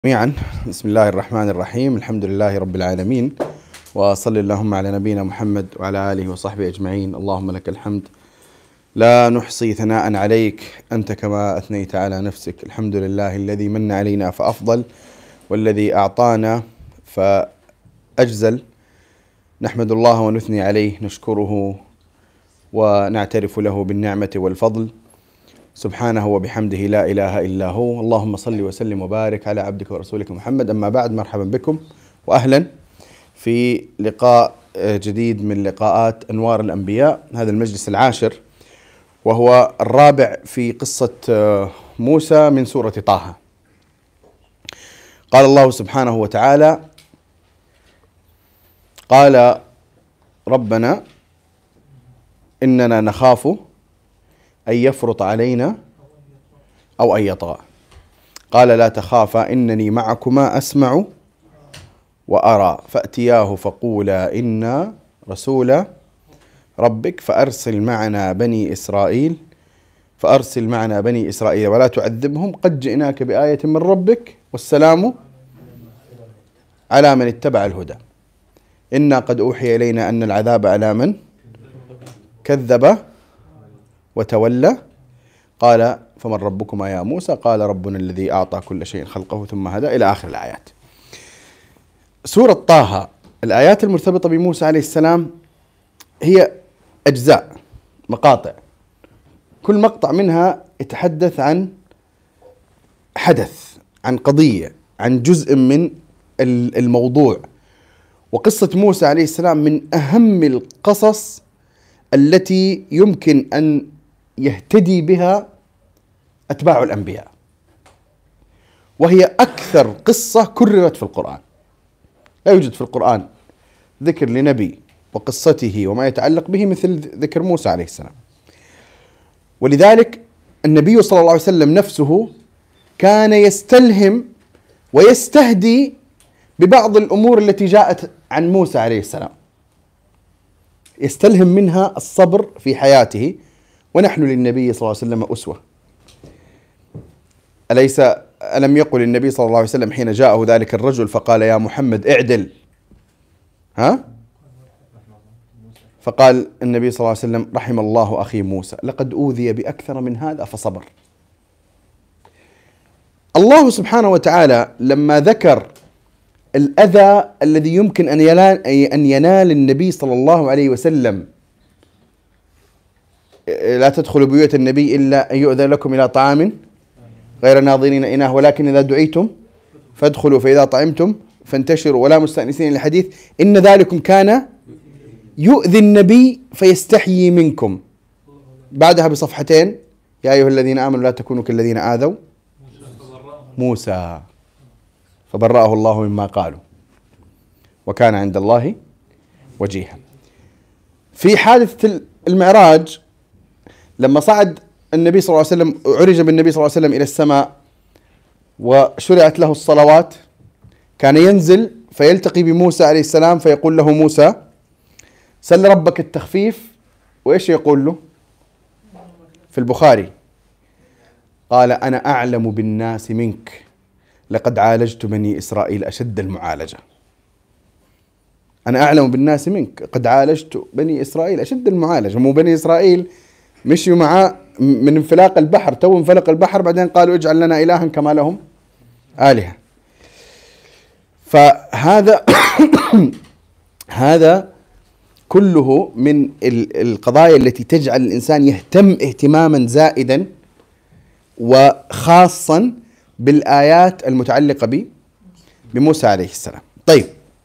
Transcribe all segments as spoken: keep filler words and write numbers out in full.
جميعا. بسم الله الرحمن الرحيم. الحمد لله رب العالمين، وصل اللهم على نبينا محمد وعلى آله وصحبه أجمعين. اللهم لك الحمد لا نحصي ثناء عليك، أنت كما أثنيت على نفسك. الحمد لله الذي من علينا فأفضل، والذي أعطانا فأجزل. نحمد الله ونثني عليه، نشكره ونعترف له بالنعمة والفضل سبحانه وبحمده، لا إله إلا هو. اللهم صل وسلم وبارك على عبدك ورسولك محمد. أما بعد، مرحبا بكم وأهلا في لقاء جديد من لقاءات أنوار الأنبياء، هذا المجلس العاشر، وهو الرابع في قصة موسى من سورة طه. قال الله سبحانه وتعالى: قال ربنا إننا نخاف أن يفرط علينا أو أن يطغى. قال لا تخافا إنني معكما أسمع وأرى فأتياه فقولا إنا رسول ربك فأرسل معنا بني إسرائيل فأرسل معنا بني إسرائيل ولا تعذبهم قد جئناك بآية من ربك والسلام على من اتبع الهدى إنا قد أوحي إلينا أن العذاب على من كذب وتولى. قال فمن ربكما يا موسى؟ قال ربنا الذي أعطى كل شيء خلقه ثم هدى، إلى آخر الآيات. سورة طه، الآيات المرتبطة بموسى عليه السلام هي أجزاء، مقاطع، كل مقطع منها يتحدث عن حدث، عن قضية، عن جزء من الموضوع. وقصة موسى عليه السلام من أهم القصص التي يمكن أن يهتدي بها أتباع الأنبياء، وهي أكثر قصة كررت في القرآن. لا يوجد في القرآن ذكر لنبي وقصته وما يتعلق به مثل ذكر موسى عليه السلام. ولذلك النبي صلى الله عليه وسلم نفسه كان يستلهم ويستهدي ببعض الأمور التي جاءت عن موسى عليه السلام، يستلهم منها الصبر في حياته. ونحن للنبي صلى الله عليه وسلم أسوة. أليس ألم يقل النبي صلى الله عليه وسلم حين جاءه ذلك الرجل فقال يا محمد اعدل، ها؟ فقال النبي صلى الله عليه وسلم رحم الله أخي موسى لقد أوذي بأكثر من هذا فصبر. الله سبحانه وتعالى لما ذكر الأذى الذي يمكن أن ينال, أن ينال النبي صلى الله عليه وسلم، لا تدخلوا بيوت النبي إلا أن يؤذن لكم إلى طعام غير ناظرين إناه ولكن إذا دعيتم فادخلوا فإذا طعمتم فانتشروا ولا مستأنسين للحديث إن ذلكم كان يؤذي النبي فيستحيي منكم. بعدها بصفحتين يا أيها الذين آمنوا لا تكونوا كالذين آذوا موسى فبرأه الله مما قالوا وكان عند الله وجيها. في حادثة المعراج لما صعد النبي صلى الله عليه وسلم، عرج بالنبي صلى الله عليه وسلم إلى السماء وشرعت له الصلوات، كان ينزل فيلتقي بموسى عليه السلام فيقول له موسى سل ربك التخفيف، وإيش يقول له في البخاري؟ قال أنا أعلم بالناس منك لقد عالجت بني إسرائيل أشد المعالجة. أنا أعلم بالناس منك قد عالجت بني إسرائيل أشد المعالجة. مو بني إسرائيل مشيوا معاه من انفلاق البحر، تو انفلق البحر بعدين قالوا اجعل لنا إلها كما لهم آلهة. فهذا هذا كله من القضايا التي تجعل الإنسان يهتم اهتماما زائدا وخاصا بالآيات المتعلقة ب بموسى عليه السلام. طيب،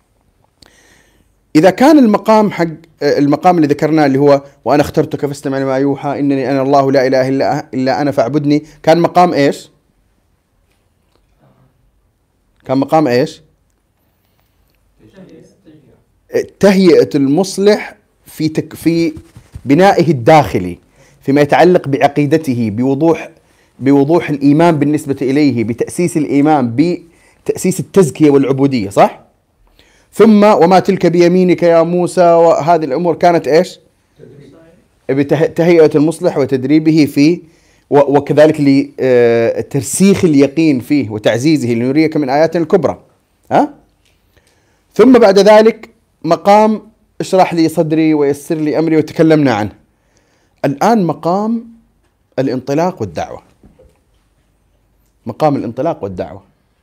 إذا كان المقام حق المقام اللي ذكرناه اللي هو وأنا اخترتك فاستمع لما يوحى إنني أنا الله لا إله إلا إلا أنا فاعبدني، كان مقام إيش؟ كان مقام إيش؟ تهيئة المصلح في تك في بنائه الداخلي، فيما يتعلق بعقيدته، بوضوح بوضوح الإيمان بالنسبة إليه، بتأسيس الإيمان، بتأسيس التزكية والعبودية، صح؟ ثم وما تلك بيمينك يا موسى، وهذه الأمور كانت إيش؟ بتهيئة المصلح وتدريبه في وكذلك لترسيخ اليقين فيه وتعزيزه لنريك من آياتنا الكبرى. ها؟ ثم بعد ذلك مقام اشرح لي صدري ويسر لي أمري وتكلمنا عنه. الآن مقام الانطلاق والدعوة، مقام الانطلاق والدعوة.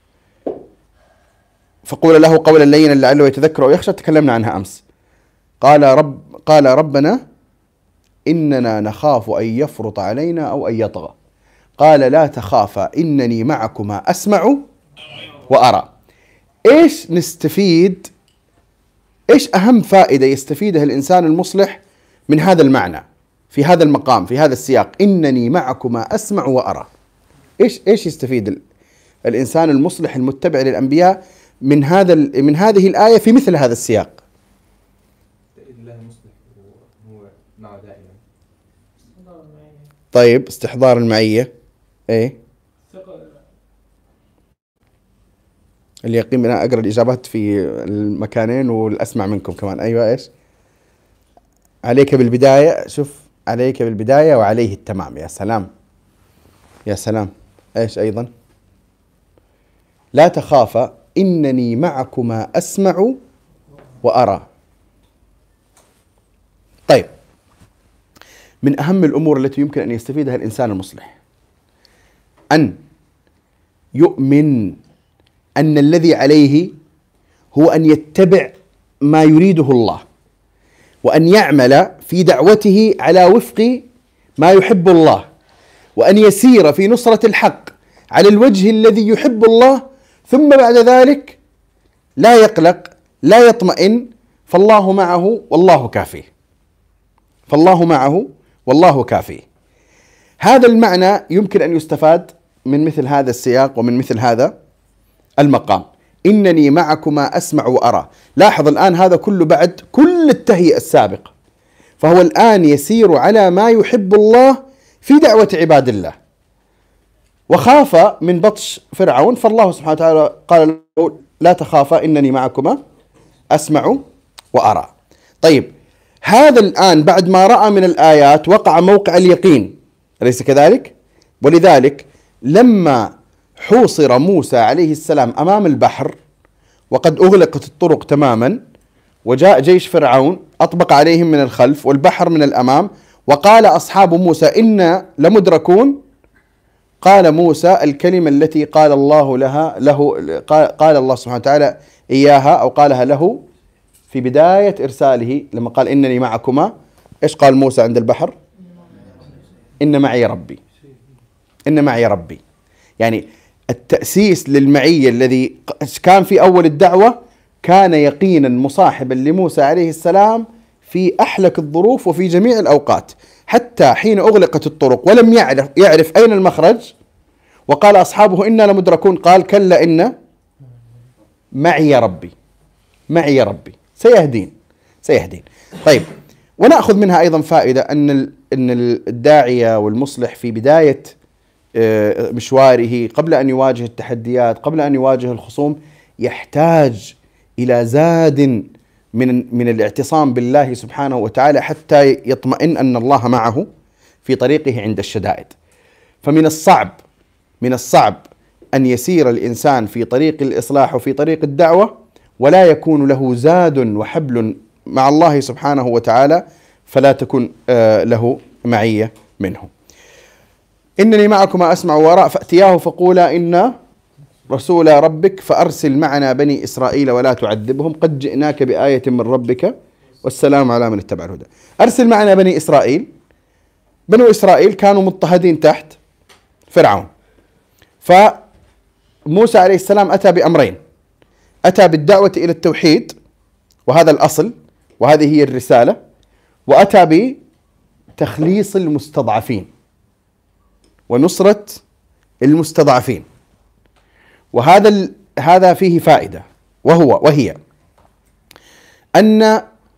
فقول له قولا لينا لعله يتذكر أو يخشى، تكلمنا عنها أمس. قال رب قال ربنا إننا نخاف أن يفرط علينا أو أن يطغى. قال لا تخافا إنني معكما أسمع وأرى. إيش نستفيد؟ إيش أهم فائدة يستفيدها الإنسان المصلح من هذا المعنى في هذا المقام في هذا السياق؟ إنني معكما أسمع وأرى. إيش إيش يستفيد الإنسان المصلح المتبع للأنبياء من هذا من هذه الآية في مثل هذا السياق؟ الله المصلح هو معه دائما. طيب استحضار المعية، إيه اليقين. أنا أقرأ الإجابات في المكانين والأسمع منكم كمان. أيوة إيش؟ عليك بالبداية، شوف عليك بالبداية وعليه التمام. يا سلام يا سلام. إيش أيضا؟ لا تخافا إنني معكما أسمع وأرى. طيب، من أهم الأمور التي يمكن أن يستفيدها الإنسان المصلح أن يؤمن أن الذي عليه هو أن يتبع ما يريده الله، وأن يعمل في دعوته على وفق ما يحب الله، وأن يسير في نصرة الحق على الوجه الذي يحب الله، ثم بعد ذلك لا يقلق لا يطمئن، فالله معه والله كافيه. فالله معه والله كافيه. هذا المعنى يمكن أن يستفاد من مثل هذا السياق ومن مثل هذا المقام. إنني معكما أسمع وأرى. لاحظ الآن هذا كله بعد كل التهيئة السابقة، فهو الآن يسير على ما يحب الله في دعوة عباد الله، وخاف من بطش فرعون، فالله سبحانه وتعالى قال له لا تخافا إنني معكما أسمع وأرى. طيب، هذا الآن بعد ما رأى من الآيات وقع موقع اليقين، أليس كذلك؟ ولذلك لما حوصر موسى عليه السلام أمام البحر وقد أغلقت الطرق تماما، وجاء جيش فرعون أطبق عليهم من الخلف والبحر من الأمام، وقال أصحاب موسى إنا لمدركون، قال موسى الكلمة التي قال الله لها له قال الله سبحانه وتعالى إياها أو قالها له في بداية إرساله لما قال إنني معكما. إيش قال موسى عند البحر؟ إن معي ربي. إن معي ربي. يعني التأسيس للمعية الذي كان في أول الدعوة كان يقينا مصاحبا لموسى عليه السلام في أحلك الظروف وفي جميع الأوقات، حتى حين أغلقت الطرق ولم يعرف, يعرف أين المخرج، وقال أصحابه إنا لمدركون، قال كلا إن معي ربي. معي ربي سيهدين سيهدين. طيب، ونأخذ منها أيضا فائدة أن أن الداعية والمصلح في بداية مشواره قبل أن يواجه التحديات، قبل أن يواجه الخصوم، يحتاج إلى زاد من من الاعتصام بالله سبحانه وتعالى حتى يطمئن أن الله معه في طريقه عند الشدائد. فمن الصعب من الصعب أن يسير الإنسان في طريق الإصلاح وفي طريق الدعوة ولا يكون له زاد وحبل مع الله سبحانه وتعالى، فلا تكون له معية منه. إنني معكما أسمع وأرى فأتياه فقولا إنا رسول ربك فأرسل معنا بني إسرائيل ولا تعذبهم قد جئناك بآية من ربك والسلام على من اتبع الهدى. أرسل معنا بني إسرائيل. بنو إسرائيل كانوا مضطهدين تحت فرعون، فموسى عليه السلام أتى بأمرين: أتى بالدعوة إلى التوحيد وهذا الأصل وهذه هي الرسالة، وأتى بتخليص المستضعفين ونصرة المستضعفين. وهذا هذا فيه فائدة، وهو وهي أن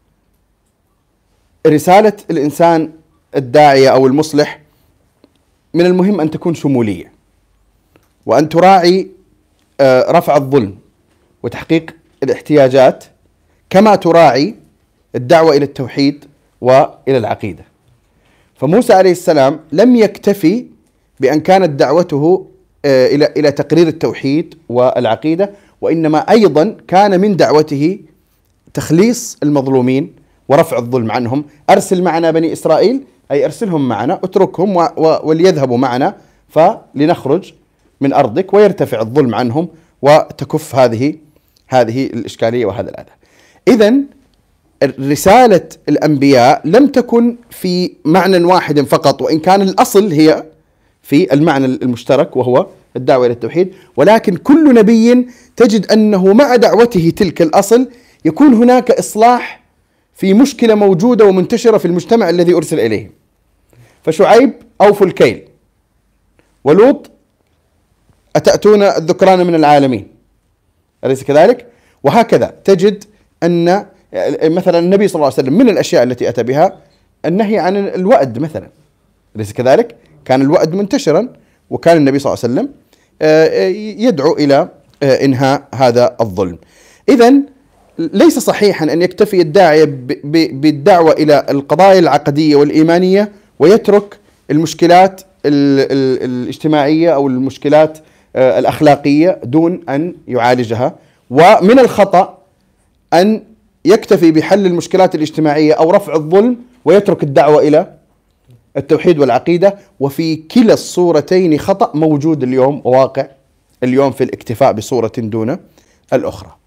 رسالة الإنسان الداعية أو المصلح من المهم أن تكون شمولية، وأن تراعي رفع الظلم وتحقيق الاحتياجات، كما تراعي الدعوة إلى التوحيد وإلى العقيدة. فموسى عليه السلام لم يكتفي بأن كانت دعوته إلى إلى تقرير التوحيد والعقيدة، وإنما أيضا كان من دعوته تخليص المظلومين ورفع الظلم عنهم. أرسل معنا بني إسرائيل، أي أرسلهم معنا، اتركهم وليذهبوا معنا فلنخرج من أرضك ويرتفع الظلم عنهم وتكف هذه هذه الإشكالية وهذا الأذى. إذن رسالة الأنبياء لم تكن في معنى واحد فقط، وإن كان الأصل هي في المعنى المشترك وهو الدعوة إلى التوحيد، ولكن كل نبي تجد أنه مع دعوته تلك الأصل يكون هناك إصلاح في مشكلة موجودة ومنتشرة في المجتمع الذي أرسل إليه. فشعيب أوفوا الكيل، ولوط أتأتون الذكران من العالمين، أليس كذلك؟ وهكذا تجد أن مثلا النبي صلى الله عليه وسلم من الأشياء التي أتى بها النهي عن الوأد مثلا، أليس كذلك؟ كان الوأد منتشرا، وكان النبي صلى الله عليه وسلم يدعو إلى إنهاء هذا الظلم. إذن ليس صحيحا أن يكتفي الداعية بالدعوة إلى القضايا العقدية والإيمانية ويترك المشكلات الاجتماعية أو المشكلات الأخلاقية دون أن يعالجها. ومن الخطأ أن يكتفي بحل المشكلات الاجتماعية أو رفع الظلم ويترك الدعوة إلى التوحيد والعقيدة، وفي كلا الصورتين خطأ موجود اليوم وواقع اليوم في الاكتفاء بصورة دون الأخرى.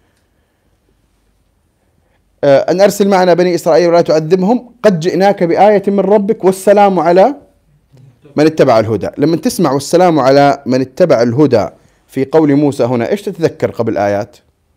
أن أرسل معنا بني إسرائيل ولا تعذبهم، قد جئناك بآية من ربك والسلام على من اتبع الهدى. لما تسمع والسلام على من اتبع الهدى في قول موسى هنا، إيش تتذكر قبل آيات؟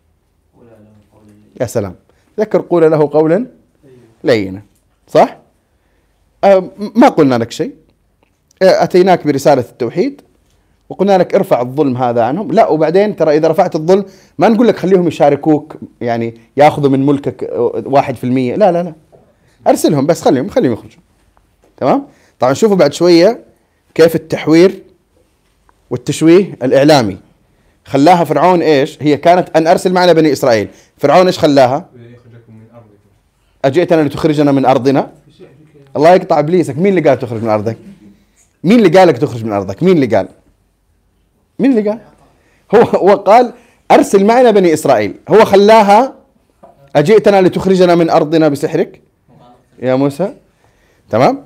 يا سلام، تذكر قول له قولا لينا، صح؟ أه ما قلنا لك شيء، أتيناك برسالة التوحيد وقلنا لك ارفع الظلم هذا عنهم. لا، وبعدين ترى إذا رفعت الظلم ما نقول لك خليهم يشاركوك، يعني يأخذوا من ملكك واحد في المية، لا لا لا، أرسلهم بس، خليهم خليهم يخرجوا. تمام؟ طبعا شوفوا بعد شوية كيف التحوير والتشويه الإعلامي خلاها فرعون. إيش هي كانت؟ أن أرسل معنا بني إسرائيل. فرعون إيش خلاها؟ أجئتنا لتخرجنا من أرضنا. الله يقطع إبليسك، مين اللي قال تخرج من أرضك؟ مين اللي قالك تخرج من أرضك؟ مين اللي قال؟ مين اللي قال؟ هو هو قال أرسل معنا بني إسرائيل، هو خلاها أجئتنا لتخرجنا من أرضنا بسحرك يا موسى. تمام؟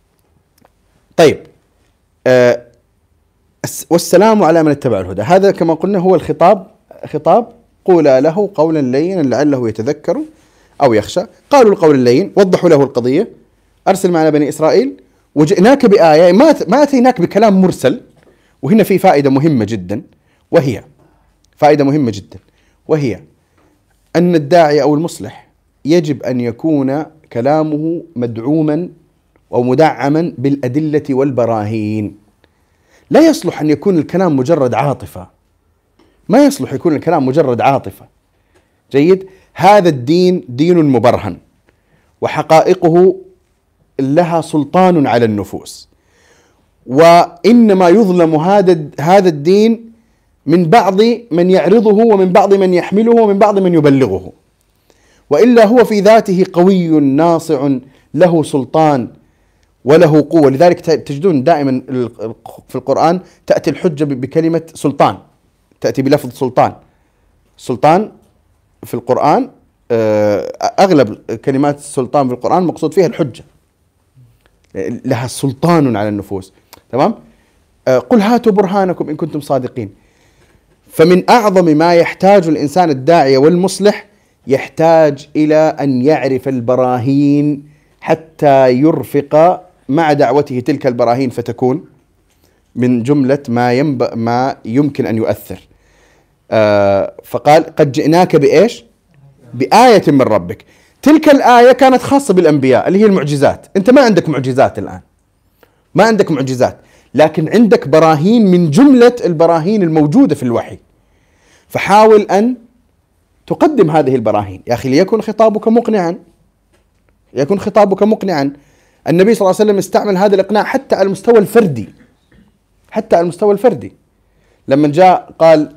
طيب، آه والسلام على من اتبع الهدى، هذا كما قلنا هو الخطاب، خطاب قولا له قولا لينا لعله يتذكر أو يخشى. قالوا القول اللين، وضحوا له القضية، أرسل معنا بني إسرائيل وجئناك بآية، ما ما أتيناك بكلام مرسل. وهنا في فائدة مهمة جدا، وهي فائدة مهمة جدا وهي أن الداعي أو المصلح يجب أن يكون كلامه مدعوما أو مدعما بالأدلة والبراهين. لا يصلح أن يكون الكلام مجرد عاطفة، ما يصلح يكون الكلام مجرد عاطفة. جيد؟ هذا الدين دين مبرهن، وحقائقه لها سلطان على النفوس، وإنما يظلم هذا هذا الدين من بعض من يعرضه ومن بعض من يحمله ومن بعض من يبلغه، وإلا هو في ذاته قوي ناصع له سلطان وله قوة. لذلك تجدون دائما في القرآن تأتي الحجة بكلمة سلطان، تأتي بلفظ سلطان. سلطان في القرآن أغلب كلمات السلطان في القرآن مقصود فيها الحجة، لها سلطان على النفوس. تمام؟ قل هاتوا برهانكم إن كنتم صادقين. فمن أعظم ما يحتاج الإنسان الداعية والمصلح، يحتاج إلى أن يعرف البراهين حتى يرفق مع دعوته تلك البراهين، فتكون من جملة ما ينب... ما يمكن أن يؤثر. آه فقال قد جئناك بإيش؟ بآية من ربك. تلك الآية كانت خاصة بالأنبياء اللي هي المعجزات. أنت ما عندك معجزات الآن، ما عندك معجزات، لكن عندك براهين من جملة البراهين الموجودة في الوحي، فحاول أن تقدم هذه البراهين. يا أخي ليكن خطابك مقنعا، يكون خطابك مقنعا. النبي صلى الله عليه وسلم استعمل هذا الإقناع حتى على المستوى الفردي، حتى على المستوى الفردي. لما جاء قال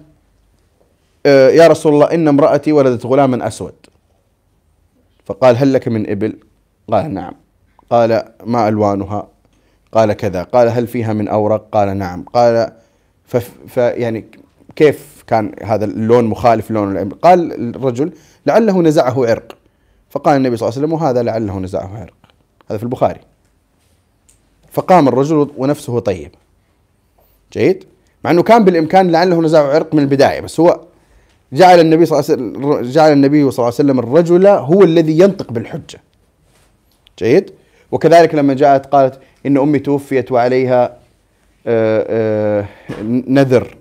آه يا رسول الله إن امرأتي ولدت غلاما أسود، فقال هل لك من إبل؟ قال نعم. قال ما ألوانها؟ قال كذا. قال هل فيها من أورق؟ قال نعم. قال ف يعني كيف كان هذا اللون مخالف لون الإبل؟ قال الرجل لعله نزعه عرق. فقال النبي صلى الله عليه وسلم وهذا لعله نزعه عرق. هذا في البخاري. فقام الرجل ونفسه طيب. جيد. مع أنه كان بالإمكان لعله نزعه عرق من البداية، بس هو جعل النبي صلى الله عليه وسلم جعل النبي صلى الله عليه وسلم الرجل هو الذي ينطق بالحجة. جيد. وكذلك لما جاءت قالت إن أمي توفيت وعليها آآ آآ نذر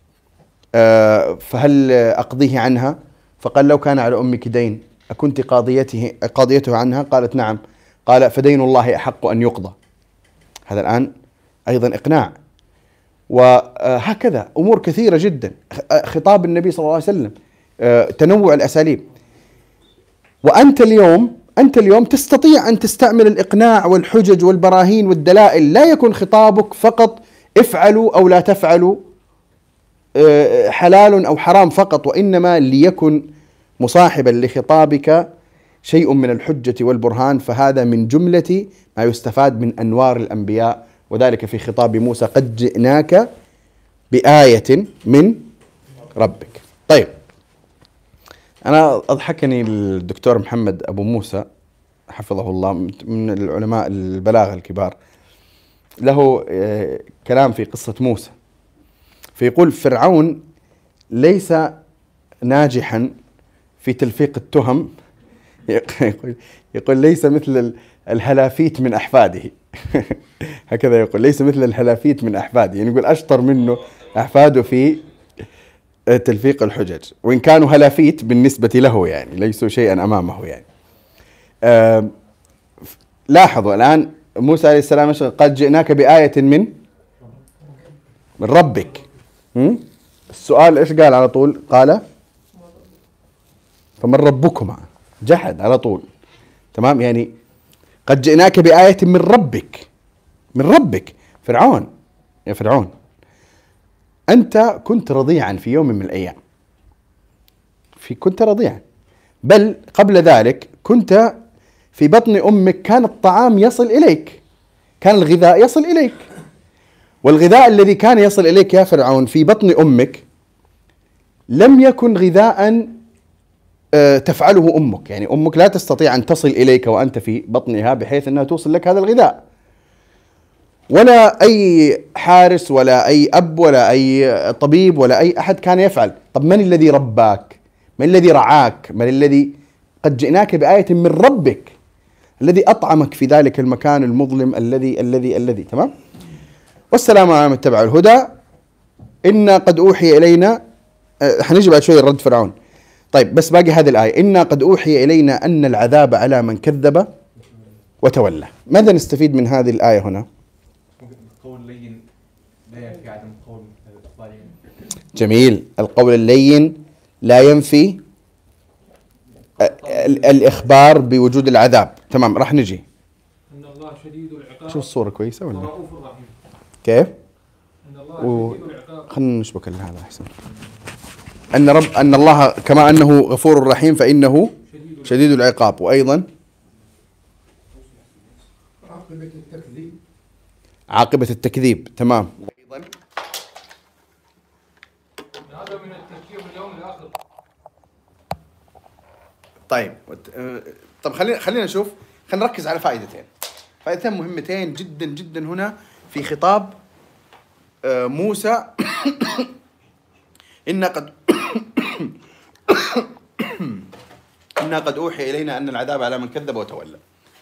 فهل أقضيه عنها؟ فقال لو كان على أمك دين أكنت قاضيته قاضيته عنها؟ قالت نعم. قال فدين الله أحق أن يقضى. هذا الآن أيضا إقناع. وهكذا أمور كثيرة جدا. خطاب النبي صلى الله عليه وسلم، تنوع الأساليب. وأنت اليوم أنت اليوم تستطيع أن تستعمل الإقناع والحجج والبراهين والدلائل. لا يكون خطابك فقط افعلوا أو لا تفعلوا، حلال أو حرام فقط، وإنما ليكن مصاحبا لخطابك شيء من الحجة والبرهان. فهذا من جملة ما يستفاد من أنوار الأنبياء، وذلك في خطاب موسى قد جئناك بآية من ربك. طيب، أنا أضحكني الدكتور محمد أبو موسى حفظه الله من العلماء البلاغة الكبار، له كلام في قصة موسى، فيقول فرعون ليس ناجحا في تلفيق التهم، يقول, يقول ليس مثل الهلافيت من أحفاده هكذا يقول، ليس مثل الهلافيت من أحفاده، يعني يقول أشطر منه أحفاده في تلفيق الحجج، وإن كانوا هلافيت بالنسبة له يعني ليسوا شيئا أمامه يعني. آه لاحظوا الآن موسى عليه السلام قد جئناك بآية من من ربك. م? السؤال إيش قال على طول؟ قال فمن ربكما؟ جحد على طول. تمام، يعني قد جئناك بآية من ربك، من ربك. فرعون، يا فرعون أنت كنت رضيعا في يوم من الأيام، في كنت رضيعا، بل قبل ذلك كنت في بطن أمك، كان الطعام يصل إليك، كان الغذاء يصل إليك، والغذاء الذي كان يصل إليك يا فرعون في بطن أمك لم يكن غذاء تفعله أمك، يعني أمك لا تستطيع أن تصل إليك وأنت في بطنها بحيث أنها توصل لك هذا الغذاء، ولا أي حارس ولا أي أب ولا أي طبيب ولا أي أحد كان يفعل. طب من الذي رباك؟ من الذي رعاك؟ من الذي قد جئناك بآية من ربك، الذي أطعمك في ذلك المكان المظلم الذي الذي الذي تمام. والسلام على من اتبع الهدى إنا قد أوحي إلينا. أه حنجي بعد شوي رد فرعون. طيب بس باقي هذه الآية، إنا قد أوحي إلينا أن العذاب على من كذب وتولى. ماذا نستفيد من هذه الآية هنا؟ القول اللين لا ينفي عدم القول الظالم. جميل. القول اللين لا ينفي الإخبار بوجود العذاب. تمام، راح نجي. إن الله شديد العقاب. شوف الصورة كويسة ولا؟ رؤوف رحيم. كيف؟ إن الله شديد العقاب. خلنا نشبك هذا أحسن. أن رب أن الله كما أنه غفور رحيم فإنه شديد العقاب، وأيضا عاقبة التكذيب. عاقبة التكذيب. تمام. أيضا هذا من التذكير باليوم الآخر. طيب طب خلينا خلينا نشوف، خلينا نركز على فائدتين فائدتين مهمتين جدا جدا هنا في خطاب موسى. إن قد إنا قد أوحي إلينا أن العذاب على من كذب وتولى.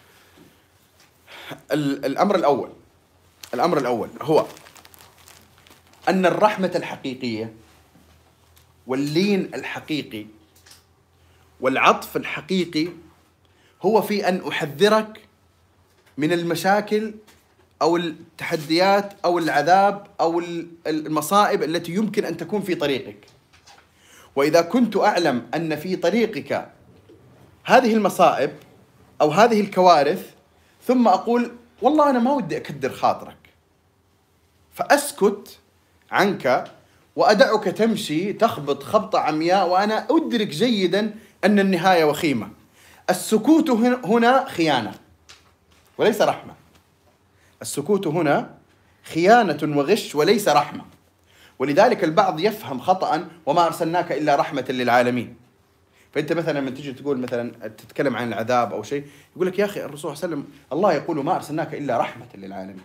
الأمر الأول الأمر الأول هو أن الرحمة الحقيقية واللين الحقيقي والعطف الحقيقي هو في أن أحذرك من المشاكل أو التحديات أو العذاب أو المصائب التي يمكن أن تكون في طريقك. وإذا كنت أعلم أن في طريقك هذه المصائب أو هذه الكوارث، ثم أقول والله أنا ما ودي أكدر خاطرك، فأسكت عنك وأدعك تمشي تخبط خبطة عمياء وأنا أدرك جيدا أن النهاية وخيمة. السكوت هنا خيانة وليس رحمة. السكوت هنا خيانة وغش وليس رحمة. ولذلك البعض يفهم خطأ وما أرسلناك إلا رحمة للعالمين. فأنت مثلا لما تيجي تقول مثلا تتكلم عن العذاب أو شيء، يقول لك يا أخي الرسول صلى الله عليه وسلم الله يقول ما أرسلناك إلا رحمة للعالمين.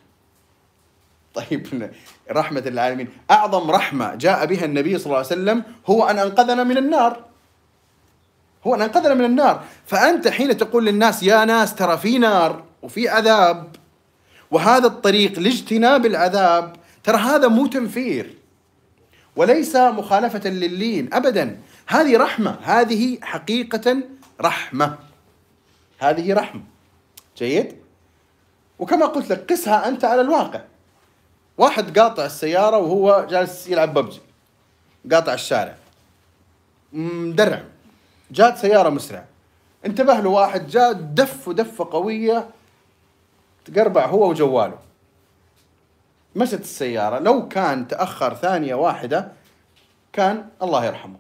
طيب رحمة للعالمين، أعظم رحمة جاء بها النبي صلى الله عليه وسلم هو أن أنقذنا من النار، هو أن أنقذنا من النار. فأنت حين تقول للناس يا ناس ترى في نار وفي عذاب وهذا الطريق لاجتناب العذاب، ترى هذا مو تنفير وليس مخالفة للين أبدا، هذه رحمة، هذه حقيقة رحمة، هذه رحمة. جيد؟ وكما قلت لك قسها أنت على الواقع. واحد قاطع السيارة وهو جالس يلعب ببجي، قاطع الشارع مدرع، جات سيارة مسرعة، انتبه له واحد جاء دف دفة قوية تقربع هو وجواله، مشت السيارة، لو كان تأخر ثانية واحدة كان الله يرحمه.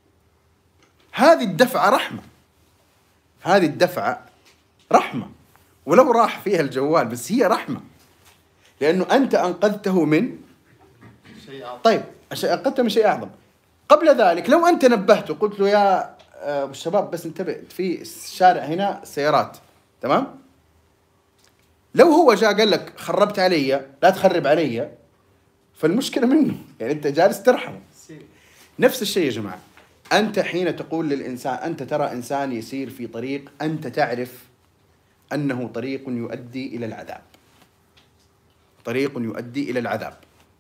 هذه الدفعة رحمة، هذه الدفعة رحمة، ولو راح فيها الجوال بس هي رحمة، لأنه أنت أنقذته من شيء أعظم. طيب أنقذته من شيء أعظم. قبل ذلك لو أنت نبهته قلت له يا أبو الشباب بس انتبه في الشارع هنا سيارات، تمام؟ لو هو جاء قال لك خربت علي، لا تخرب علي، فالمشكلة منه، يعني أنت جالس ترحمه. نفس الشيء يا جماعة، أنت حين تقول للإنسان أنت ترى إنسان يسير في طريق أنت تعرف أنه طريق يؤدي إلى العذاب، طريق يؤدي إلى العذاب،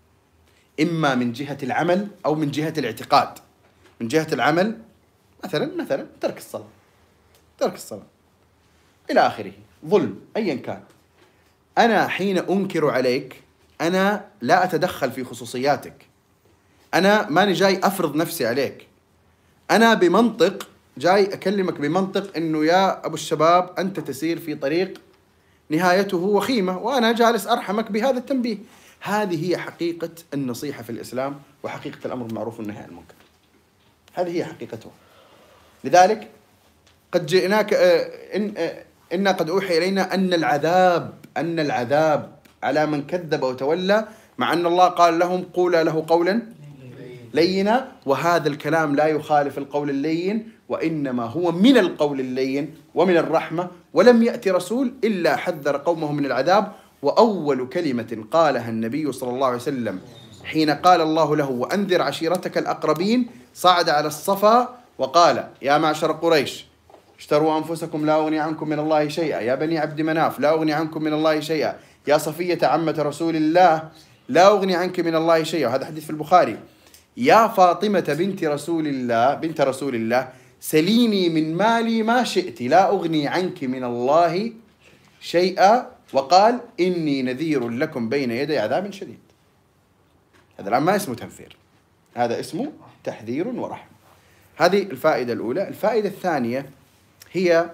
إما من جهة العمل أو من جهة الاعتقاد. من جهة العمل مثلا مثلا ترك الصلاة، ترك الصلاة إلى آخره، ظلم أيا كان. أنا حين أنكر عليك أنا لا أتدخل في خصوصياتك، أنا ماني جاي أفرض نفسي عليك، أنا بمنطق جاي أكلمك بمنطق إنه يا أبو الشباب أنت تسير في طريق نهايته وخيمة، وأنا جالس أرحمك بهذا التنبيه. هذه هي حقيقة النصيحة في الإسلام وحقيقة الأمر بالمعروف والنهي عن المنكر، هذه هي حقيقته. لذلك قد جئناك إن إنا قد أوحي إلينا أن العذاب أن العذاب على من كذب وتولى، مع أن الله قال لهم قولا له قولا لينا، وهذا الكلام لا يخالف القول اللين، وإنما هو من القول اللين ومن الرحمة. ولم يأتي رسول إلا حذر قومه من العذاب. وأول كلمة قالها النبي صلى الله عليه وسلم حين قال الله له وأنذر عشيرتك الأقربين، صعد على الصفا وقال يا معشر قريش اشتروا أنفسكم لا أغني عنكم من الله شيئا، يا بني عبد مناف لا أغني عنكم من الله شيئا، يا صفية عمة رسول الله لا أغني عنك من الله شيئا، وهذا حديث في البخاري، يا فاطمة بنت رسول الله بنت رسول الله سليني من مالي ما شئت لا أغني عنك من الله شيئا، وقال إني نذير لكم بين يدي عذاب شديد. هذا الآن ما اسمه تنفير، هذا اسمه تحذير ورحمة. هذه الفائدة الأولى. الفائدة الثانية هي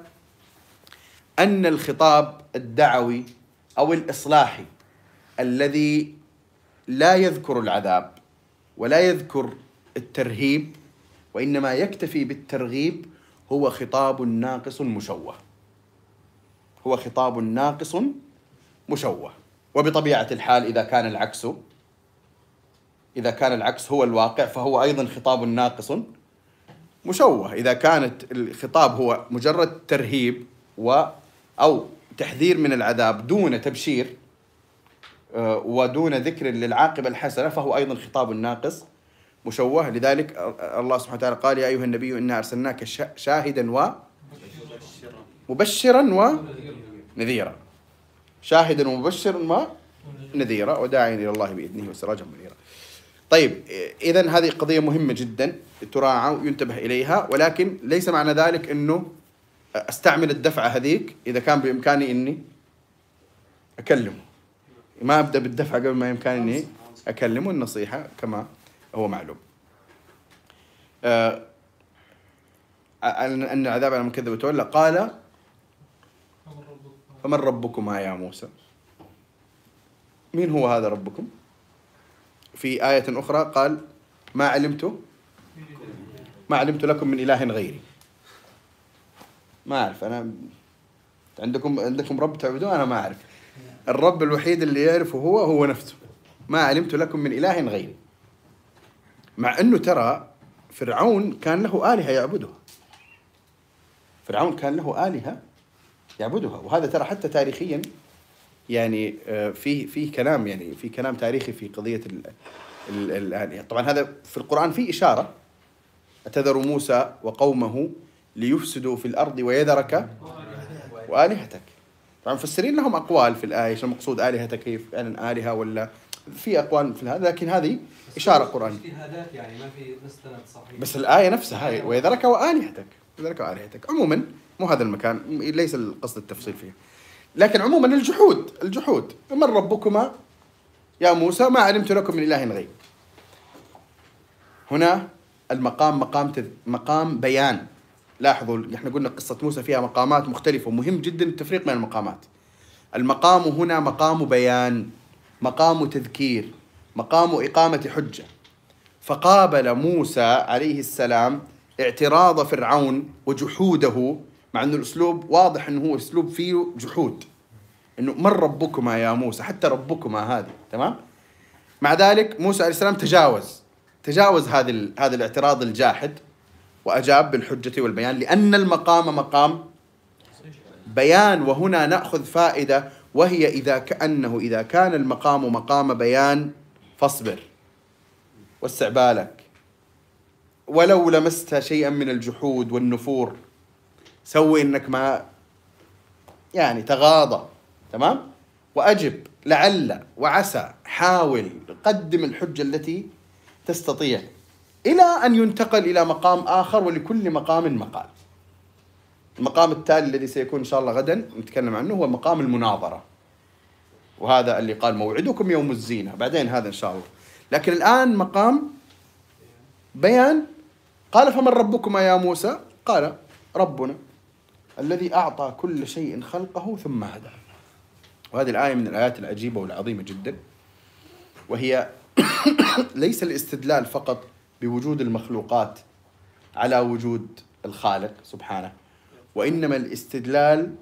أن الخطاب الدعوي أو الإصلاحي الذي لا يذكر العذاب ولا يذكر الترهيب وإنما يكتفي بالترغيب هو خطاب ناقص مشوه، هو خطاب ناقص مشوه. وبطبيعة الحال إذا كان العكس إذا كان العكس هو الواقع فهو أيضا خطاب ناقص مشوه. إذا كانت الخطاب هو مجرد ترهيب و أو تحذير من العذاب دون تبشير ودون ذكر للعاقبة الحسنة فهو أيضا خطاب ناقص مشوه. لذلك الله سبحانه وتعالى قال يا أيها النبي إنا أرسلناك شاهدا ومبشرا ونذيرا، شاهدا ومبشرا ونذيرا وداعيا إلى الله بإذنه وسراجا منيرا. طيب إذن هذه قضية مهمة جدا تراعى وينتبه إليها، ولكن ليس معنى ذلك أنه أستعمل الدفعة هذيك إذا كان بإمكاني أني أكلمه، ما أبدأ بالدفعة قبل ما يمكانني أني أكلمه. النصيحة كما هو معلوم آه أن العذاب على من كذب وتولى. قال فمن ربكما يا موسى، مين هو هذا ربكم؟ في آية أخرى قال ما علمت ما علمت لكم من إله غيري. ما أعرف أنا، عندكم عندكم رب تعبدون أنا ما أعرف. الرب الوحيد اللي يعرفه هو هو نفسه. ما علمت لكم من إله غيري. مع أنه ترى فرعون كان له آلهة يعبدها. فرعون كان له آلهة يعبدها، وهذا ترى حتى تاريخيا يعني فيه فيه كلام، يعني في كلام تاريخي في قضية الآلهة. طبعا هذا في القرآن فيه إشارة: أتذر موسى وقومه ليفسدوا في الأرض ويذرك وآلهتك. طبعا مفسرين لهم أقوال في الآية، شو المقصود آلهتك، كيف فعلا آلهة ولا في أقوال في هذا، لكن هذه إشارة قرآنية. اجتهادات يعني ما في مستند صحيح. بس الآية نفسها هاي ويذرك وآلهتك، ويذرك وآلهتك. عموما مو هذا المكان، ليس القصد التفصيل فيه، لكن عموما الجحود الجحود من ربكما يا موسى ما علمت لكم من إله غير. هنا المقام مقام تذ... مقام بيان. لاحظوا احنا قلنا قصة موسى فيها مقامات مختلفة، ومهم جدا التفريق بين المقامات. المقام هنا مقام بيان، مقام تذكير، مقام إقامة حجة. فقابل موسى عليه السلام اعتراض فرعون وجحوده، مع أنه الأسلوب واضح أنه هو أسلوب فيه جحود، أنه من ربكما يا موسى، حتى ربكما هذه تمام. مع ذلك موسى عليه السلام تجاوز تجاوز هذا هذا الاعتراض الجاحد، وأجاب بالحجة والبيان، لأن المقام مقام بيان. وهنا نأخذ فائدة، وهي إذا كأنه إذا كان المقام مقام بيان فاصبر وسع بالك، ولو لمست شيئا من الجحود والنفور سوي إنك ما يعني تغاضى، تمام، وأجب لعل وعسى، حاول قدم الحجة التي تستطيع، إلى أن ينتقل إلى مقام آخر، ولكل مقام مقال. المقام التالي الذي سيكون إن شاء الله غدا نتكلم عنه هو مقام المناظرة، وهذا اللي قال موعدكم يوم الزينة، بعدين هذا إن شاء الله. لكن الآن مقام بيان. قال فمن ربكما يا موسى؟ قال ربنا الذي أعطى كل شيء خلقه ثم هدى. وهذه الآية من الآيات العجيبة والعظيمة جدا، وهي ليس الاستدلال فقط بوجود المخلوقات على وجود الخالق سبحانه، وإنما الاستدلال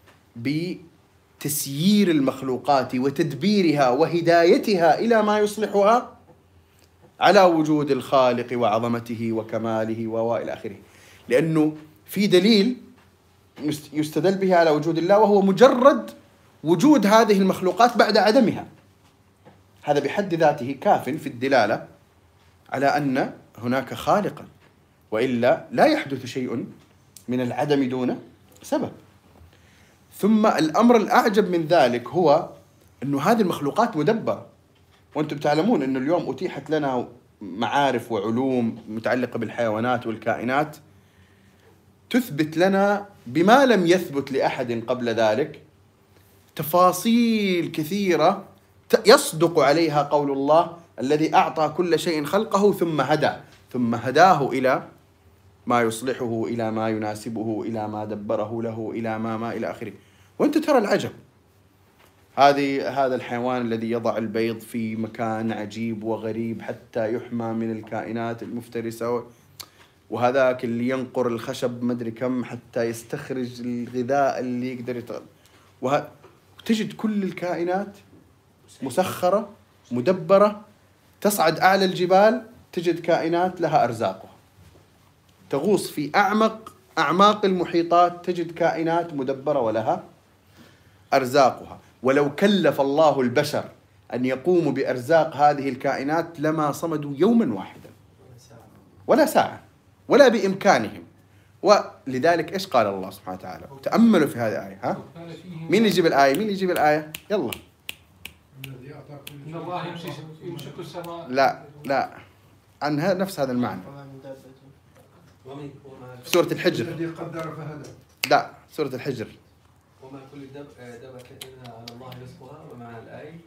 بتسيير المخلوقات وتدبيرها وهدايتها إلى ما يصلحها على وجود الخالق وعظمته وكماله وإلى آخره. لأنه في دليل يستدل به على وجود الله، وهو مجرد وجود هذه المخلوقات بعد عدمها. هذا بحد ذاته كاف في الدلالة على أن هناك خالقا، وإلا لا يحدث شيء من العدم دون سبب. ثم الأمر الأعجب من ذلك هو أن هذه المخلوقات مدبرة، وأنتم تعلمون أن اليوم أتيحت لنا معارف وعلوم متعلقة بالحيوانات والكائنات تثبت لنا بما لم يثبت لأحد قبل ذلك تفاصيل كثيرة يصدق عليها قول الله الذي أعطى كل شيء خلقه ثم هدى، ثم هداه إلى ما يصلحه، إلى ما يناسبه، إلى ما دبره له، إلى ما ما إلى آخره. وأنت ترى العجب، هذه هذا الحيوان الذي يضع البيض في مكان عجيب وغريب حتى يحمى من الكائنات المفترسة، وهذاك اللي ينقر الخشب مدري كم حتى يستخرج الغذاء اللي يقدر يتغذى، وه... تجد كل الكائنات مسخرة مدبرة. تصعد أعلى الجبال تجد كائنات لها أرزاقها، تغوص في أعمق أعماق المحيطات تجد كائنات مدبرة ولها أرزاقها. ولو كلف الله البشر أن يقوموا بأرزاق هذه الكائنات لما صمدوا يوما واحدا ولا ساعة ولا بإمكانهم. ولذلك إيش قال الله سبحانه وتعالى؟ تأملوا في هذه الآية. ها؟ مين يجيب الآية؟ مين يجيب الآية؟ يلا. إن الله يمسك السماء. لا لا عن هذا نفس هذا المعنى في سورة الحجر. الذي قدر فهدى. لا سورة الحجر. وما كل دب دبة إلا على الله رزقها. ومع الآية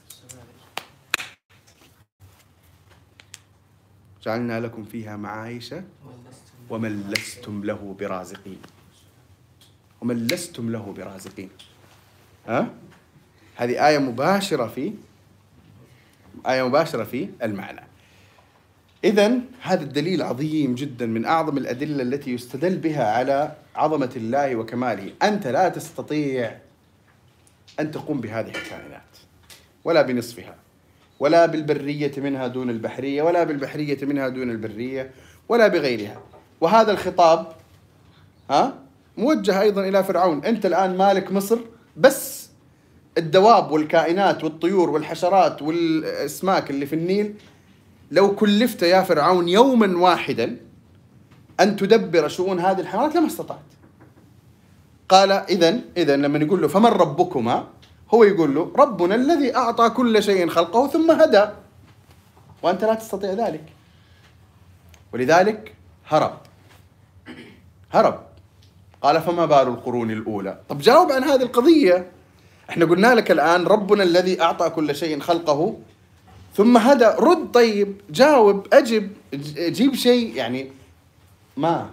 جعلنا لكم فيها معايش ومن لستم له برازقين. ومن لستم له برازقين. ها؟ هذه آية مباشرة في آية مباشرة في المعنى. إذن هذا الدليل عظيم جدا، من أعظم الأدلة التي يستدل بها على عظمة الله وكماله. أنت لا تستطيع أن تقوم بهذه الكائنات، ولا بنصفها، ولا بالبرية منها دون البحرية، ولا بالبحرية منها دون البرية، ولا بغيرها. وهذا الخطاب ها موجه أيضا إلى فرعون. أنت الآن مالك مصر، بس الدواب والكائنات والطيور والحشرات والأسماك اللي في النيل لو كلفت يا فرعون يوما واحدا أن تدبر شؤون هذه الحيوانات لما استطعت. قال إذن إذن لما يقول له فمن ربكما، هو يقول له ربنا الذي أعطى كل شيء خلقه ثم هدى، وأنت لا تستطيع ذلك. ولذلك هرب هرب قال فما بال القرون الأولى. طب جاوب عن هذه القضية. احنا قلنا لك الآن ربنا الذي أعطى كل شيء خلقه ثم هدى. رد، طيب جاوب، أجب، جيب شيء يعني. ما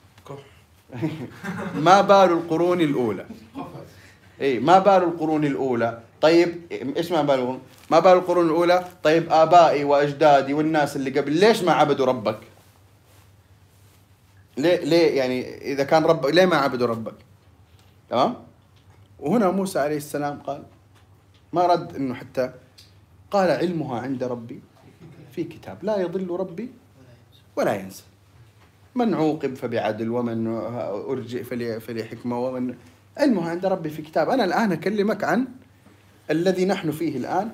ما بال القرون الأولى. إيه ما بال القرون الأولى. طيب إيش ما بال القرون؟ ما بال القرون الأولى. طيب آبائي وأجدادي والناس اللي قبل ليش ما عبدوا ربك؟ ليه ليه يعني إذا كان ربك ليه ما عبدوا ربك؟ تمام؟ وهنا موسى عليه السلام قال ما رد إنه حتى قال علمها عند ربي في كتاب لا يضل ربي ولا ينسى. من عوقب فبعدل ومن أرجئ فلحكمة ومن علمها عند ربي في كتاب. أنا الآن أكلمك عن الذي نحن فيه الآن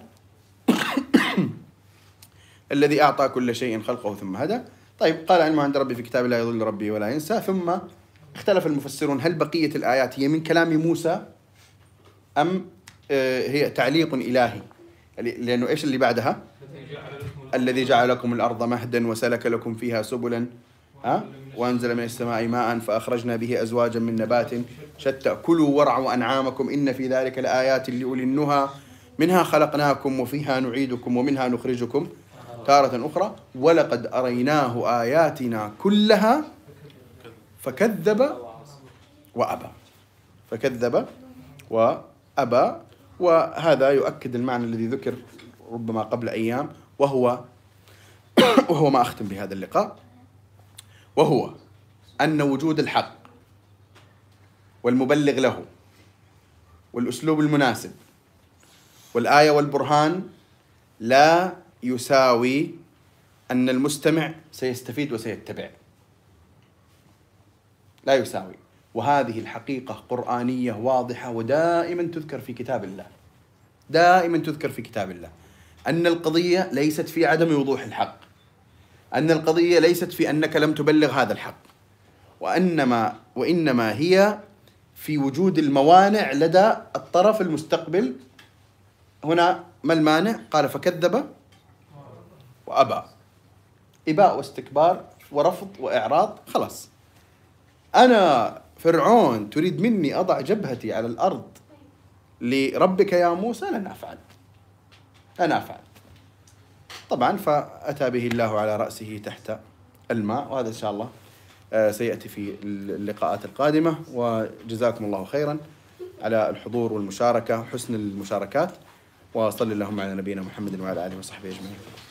الذي أعطى كل شيء خلقه ثم هدى. طيب قال علمها عند ربي في كتاب لا يضل ربي ولا ينسى. ثم اختلف المفسرون هل بقية الآيات هي من كلام موسى أم هي تعليق إلهي؟ لأنه إيش اللي بعدها؟ الذي جعل لكم الأرض مهدا وسلك لكم فيها سبلا ها وأنزل من السماء ماء فأخرجنا به أزواجا من نبات شتى كلوا وارعوا أنعامكم إن في ذلك لآيات لأولي النهى منها خلقناكم وفيها نعيدكم ومنها نخرجكم تارة أخرى ولقد أريناه آياتنا كلها فكذب وأبى فكذب وأبى. وهذا يؤكد المعنى الذي ذكر ربما قبل أيام، وهو وهو ما أختم بهذا اللقاء، وهو أن وجود الحق والمبلغ له والأسلوب المناسب والآية والبرهان لا يساوي أن المستمع سيستفيد وسيتبع، لا يساوي. وهذه الحقيقة قرآنية واضحة ودائما تذكر في كتاب الله، دائما تذكر في كتاب الله أن القضية ليست في عدم وضوح الحق، أن القضية ليست في أنك لم تبلغ هذا الحق، وإنما وإنما هي في وجود الموانع لدى الطرف المستقبل. هنا ما المانع؟ قال فكذب وأبى، إباء واستكبار ورفض وإعراض. خلاص أنا فرعون تريد مني أضع جبهتي على الأرض لربك يا موسى؟ لن أفعل لن أفعل. طبعا فأتى به الله على رأسه تحت الماء، وهذا إن شاء الله سيأتي في اللقاءات القادمة. وجزاكم الله خيرا على الحضور والمشاركة، حسن المشاركات، وصلى اللهم على نبينا محمد وعلى آله وصحبه أجمعين.